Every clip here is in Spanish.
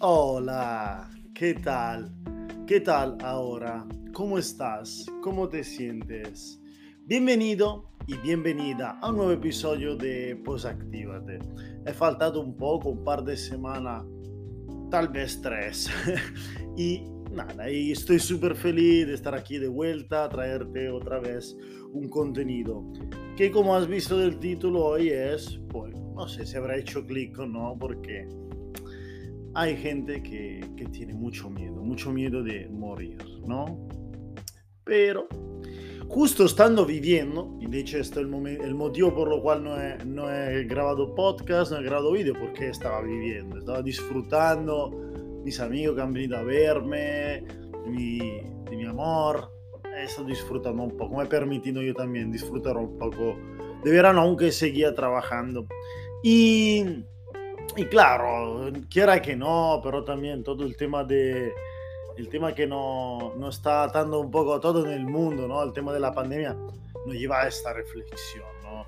Hola, ¿qué tal? ¿Qué tal ahora? ¿Cómo estás? ¿Cómo te sientes? Bienvenido y bienvenida a un nuevo episodio de Posactívate. He faltado un poco, un par de semanas, tal vez tres. Y nada, y estoy súper feliz de estar aquí de vuelta, a traerte otra vez un contenido que, como has visto del título, hoy es, pues, no sé si habrá hecho clic o no, porque hay gente que tiene mucho miedo de morir, ¿no? Pero justo estando viviendo, y de hecho este es el motivo por lo cual no he grabado podcast, no he grabado vídeo, porque estaba viviendo, estaba disfrutando, mis amigos que han venido a verme, de mi amor, he estado disfrutando un poco, me he permitido yo también disfrutar un poco de verano, aunque seguía trabajando. Y y claro, quiera que no, pero también todo el tema que nos está atando un poco a todo en el mundo, ¿no? El tema de la pandemia nos lleva a esta reflexión, ¿no?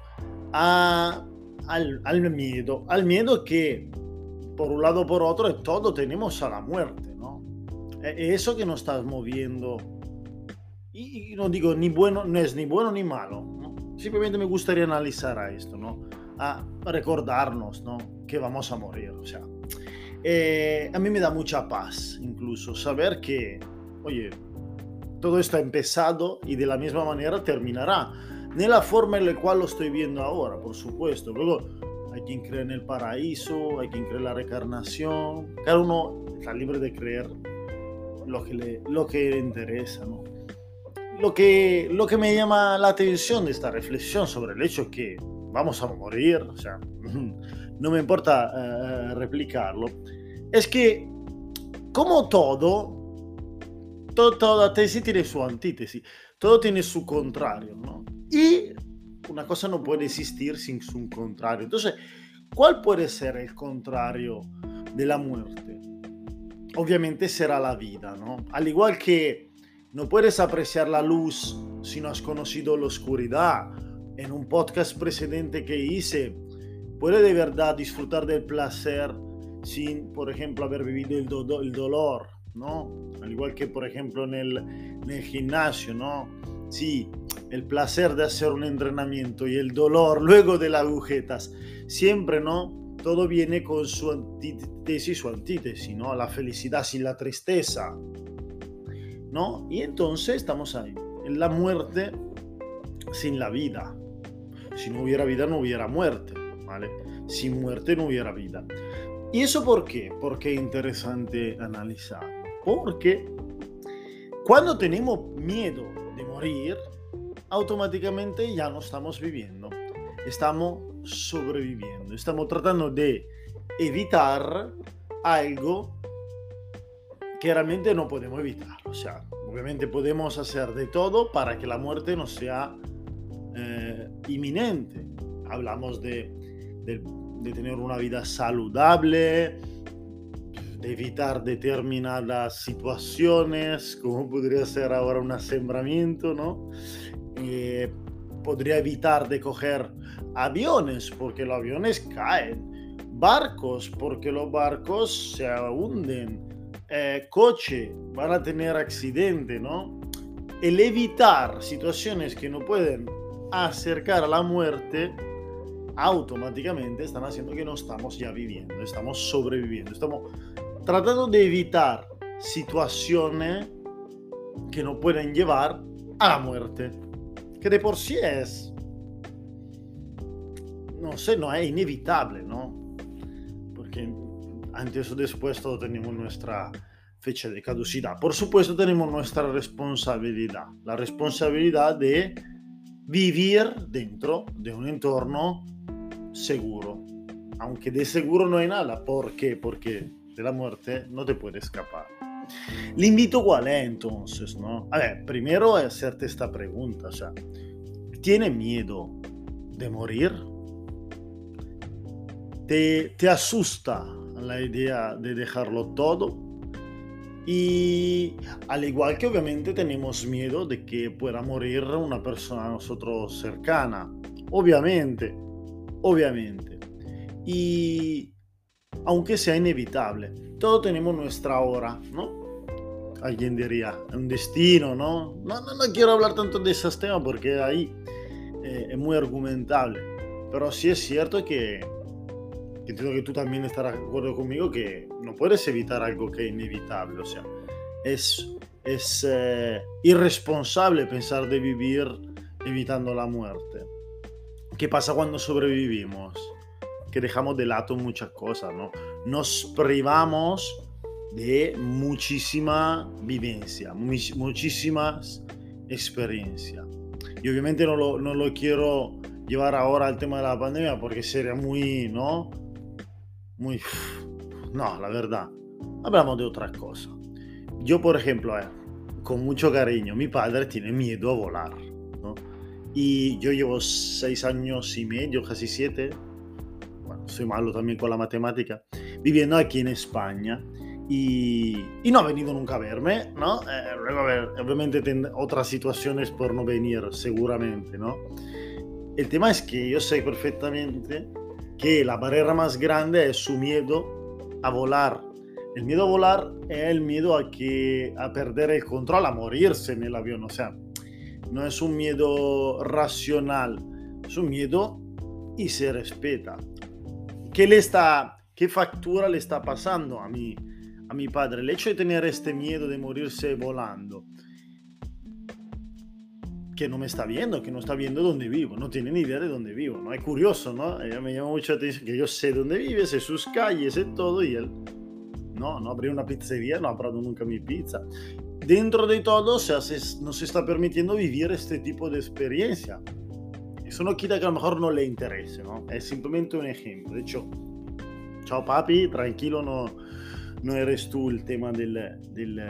Al miedo que, por un lado o por otro, en todo tenemos a la muerte, ¿no? Eso que nos está moviendo, y no digo ni bueno, no es ni bueno ni malo, ¿no? Simplemente me gustaría analizar a esto, ¿no? A recordarnos, ¿no? Que vamos a morir, o sea, a mí me da mucha paz incluso saber que, oye, todo esto ha empezado y de la misma manera terminará, nella forma en la cual lo estoy viendo ahora, por supuesto. Luego hay quien cree en el paraíso, hay quien cree en la reencarnación, cada uno está libre de creer lo que le interesa, ¿no? Lo que me llama la atención de esta reflexión sobre el hecho que vamos a morir, o sea, no me importa replicarlo, es que como toda tesis tiene su antítesis, todo tiene su contrario, ¿no? Y una cosa no puede existir sin su contrario. Entonces, ¿cuál puede ser el contrario de la muerte? Obviamente será la vida, ¿no? Al igual que no puedes apreciar la luz si no has conocido la oscuridad. En un podcast precedente que hice, puede de verdad disfrutar del placer sin, por ejemplo, haber vivido el dolor, ¿no? Al igual que, por ejemplo, en el gimnasio, ¿no? Sí, el placer de hacer un entrenamiento y el dolor luego de las agujetas, siempre, ¿no? Todo viene con su antítesis, ¿no? La felicidad sin la tristeza, ¿no? Y entonces estamos ahí, en la muerte sin la vida. Si no hubiera vida, no hubiera muerte, ¿vale? Sin muerte no hubiera vida. ¿Y eso por qué? Porque es interesante analizarlo. Porque cuando tenemos miedo de morir, automáticamente ya no estamos viviendo, estamos sobreviviendo, estamos tratando de evitar algo que realmente no podemos evitar. O sea, obviamente podemos hacer de todo para que la muerte no sea inminente. Hablamos de tener una vida saludable, de evitar determinadas situaciones, como podría ser ahora un assembramiento, ¿no? Podría evitar de coger aviones, porque los aviones caen, barcos, porque los barcos se hunden, coche, van a tener accidente, ¿no? El evitar situaciones que no pueden acercar a la muerte, automáticamente están haciendo que no estamos ya viviendo, estamos sobreviviendo, estamos tratando de evitar situaciones que nos pueden llevar a la muerte, que de por sí es, no sé, no es inevitable, ¿no? Porque antes o después todos tenemos nuestra fecha de caducidad. Por supuesto tenemos nuestra responsabilidad, la responsabilidad de vivir dentro de un entorno seguro, aunque de seguro no hay nada. ¿Por qué? Porque de la muerte no te puedes escapar. L'invito qual è entonces, ¿no? A ver, primero es hacerte esta pregunta, o sea, ¿tienes miedo de morir? ¿Te asusta la idea de dejarlo todo? Y al igual que obviamente tenemos miedo de que pueda morir una persona a nosotros cercana, obviamente. Y aunque sea inevitable. Todos tenemos nuestra hora, ¿no? Alguien diría, un destino, ¿no? No quiero hablar tanto de esos temas porque ahí es muy argumentable. Pero sí es cierto que entiendo que tú también estarás de acuerdo conmigo que no puedes evitar algo que es inevitable. O sea, es irresponsable pensar de vivir evitando la muerte. ¿Qué pasa cuando sobrevivimos? Que dejamos de lado muchas cosas, ¿no? Nos privamos de muchísima vivencia, muchísimas experiencias. Y obviamente no lo quiero llevar ahora al tema de la pandemia porque sería muy, ¿no? Muy... No, la verdad. Hablamos de otra cosa. Yo, por ejemplo, con mucho cariño, mi padre tiene miedo a volar, ¿no? Y yo llevo 6 años y medio, casi 7, bueno, soy malo también con la matemática, viviendo aquí en España y no ha venido nunca a verme, ¿no? Luego, a ver, obviamente otras situaciones por no venir, seguramente, ¿no? El tema es que yo sé perfectamente que la barrera más grande es su miedo a volar. El miedo a volar es el miedo a perder el control, a morirse en el avión. O sea, no es un miedo racional, es un miedo y se respeta. ¿Qué factura le está pasando a mi padre? El hecho de tener este miedo de morirse volando, que no me está viendo, que no está viendo dónde vivo, no tiene ni idea de dónde vivo, ¿no? Es curioso, ¿no? Me llama mucho la atención que yo sé dónde vive, sé sus calles, sé todo, y él no abrió una pizzería, no ha probado nunca mi pizza. Dentro de todo, nos está permitiendo vivir este tipo de experiencia. Eso no quita que a lo mejor no le interese, ¿no? Es simplemente un ejemplo. De hecho, chao papi, tranquilo, no eres tú el tema del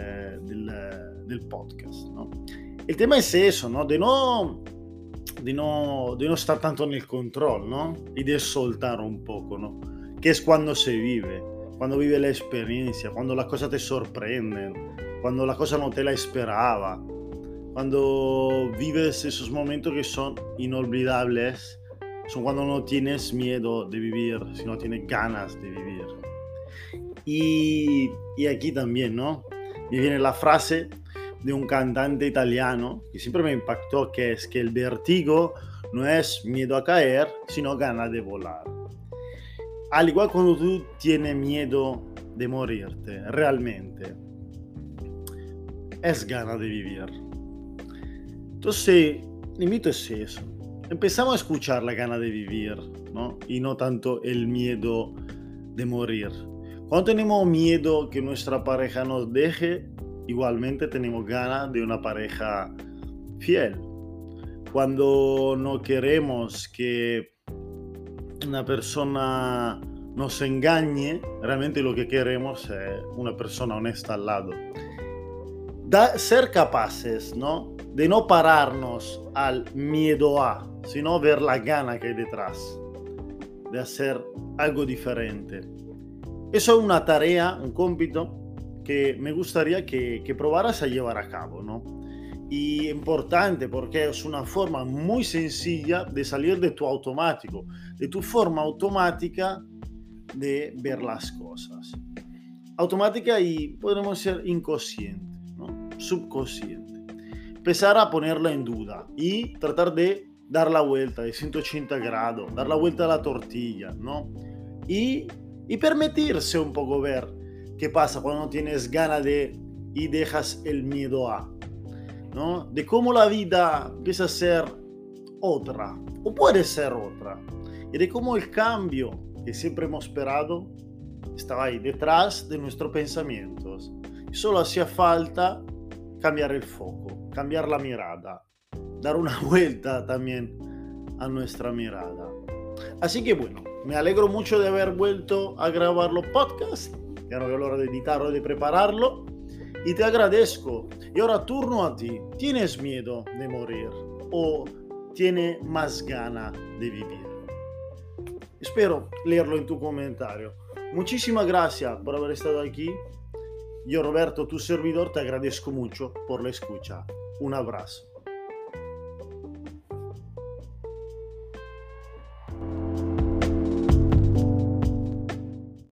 podcast, ¿no? El tema es eso, ¿no? De no estar tanto en el control, ¿no? Y de soltar un poco, ¿no? Que es cuando se vive, cuando vive la experiencia, cuando las cosas te sorprenden, cuando la cosa no te la esperaba, cuando vives esos momentos que son inolvidables, son cuando no tienes miedo de vivir, sino tienes ganas de vivir. Y aquí también, ¿no? Me viene la frase de un cantante italiano que siempre me impactó, que es que el vértigo no es miedo a caer, sino ganas de volar. Al igual cuando tú tienes miedo de morirte, realmente es ganas de vivir. Entonces, el mito es eso. Empezamos a escuchar la gana de vivir, ¿no? Y no tanto el miedo de morir. Cuando tenemos miedo que nuestra pareja nos deje, igualmente tenemos ganas de una pareja fiel. Cuando no queremos que una persona nos engañe, realmente lo que queremos es una persona honesta al lado. Ser capaces, ¿no? De no pararnos al miedo a, sino ver la gana que hay detrás de hacer algo diferente. Eso es una tarea, un cómpito que me gustaría que probaras a llevar a cabo, ¿no? Y importante porque es una forma muy sencilla de salir de tu automático, de tu forma automática de ver las cosas. Automática y podemos ser inconsciente, ¿no? Subconsciente. Empezar a ponerla en duda y tratar de dar la vuelta de 180 grados, dar la vuelta a la tortilla, ¿no? Y permitirse un poco ver qué pasa cuando tienes ganas y dejas el miedo a, ¿no? De cómo la vida empieza a ser otra, o puede ser otra, y de cómo el cambio que siempre hemos esperado estaba ahí detrás de nuestros pensamientos. Y solo hacía falta cambiar el foco, cambiar la mirada, dar una vuelta también a nuestra mirada. Así que bueno, me alegro mucho de haber vuelto a grabar los podcasts. Ya no veo la hora de editarlo, de prepararlo. Y te agradezco. Y ahora turno a ti. ¿Tienes miedo de morir? ¿O tienes más ganas de vivir? Espero leerlo en tu comentario. Muchísimas gracias por haber estado aquí. Yo, Roberto, tu servidor, te agradezco mucho por la escucha. Un abrazo.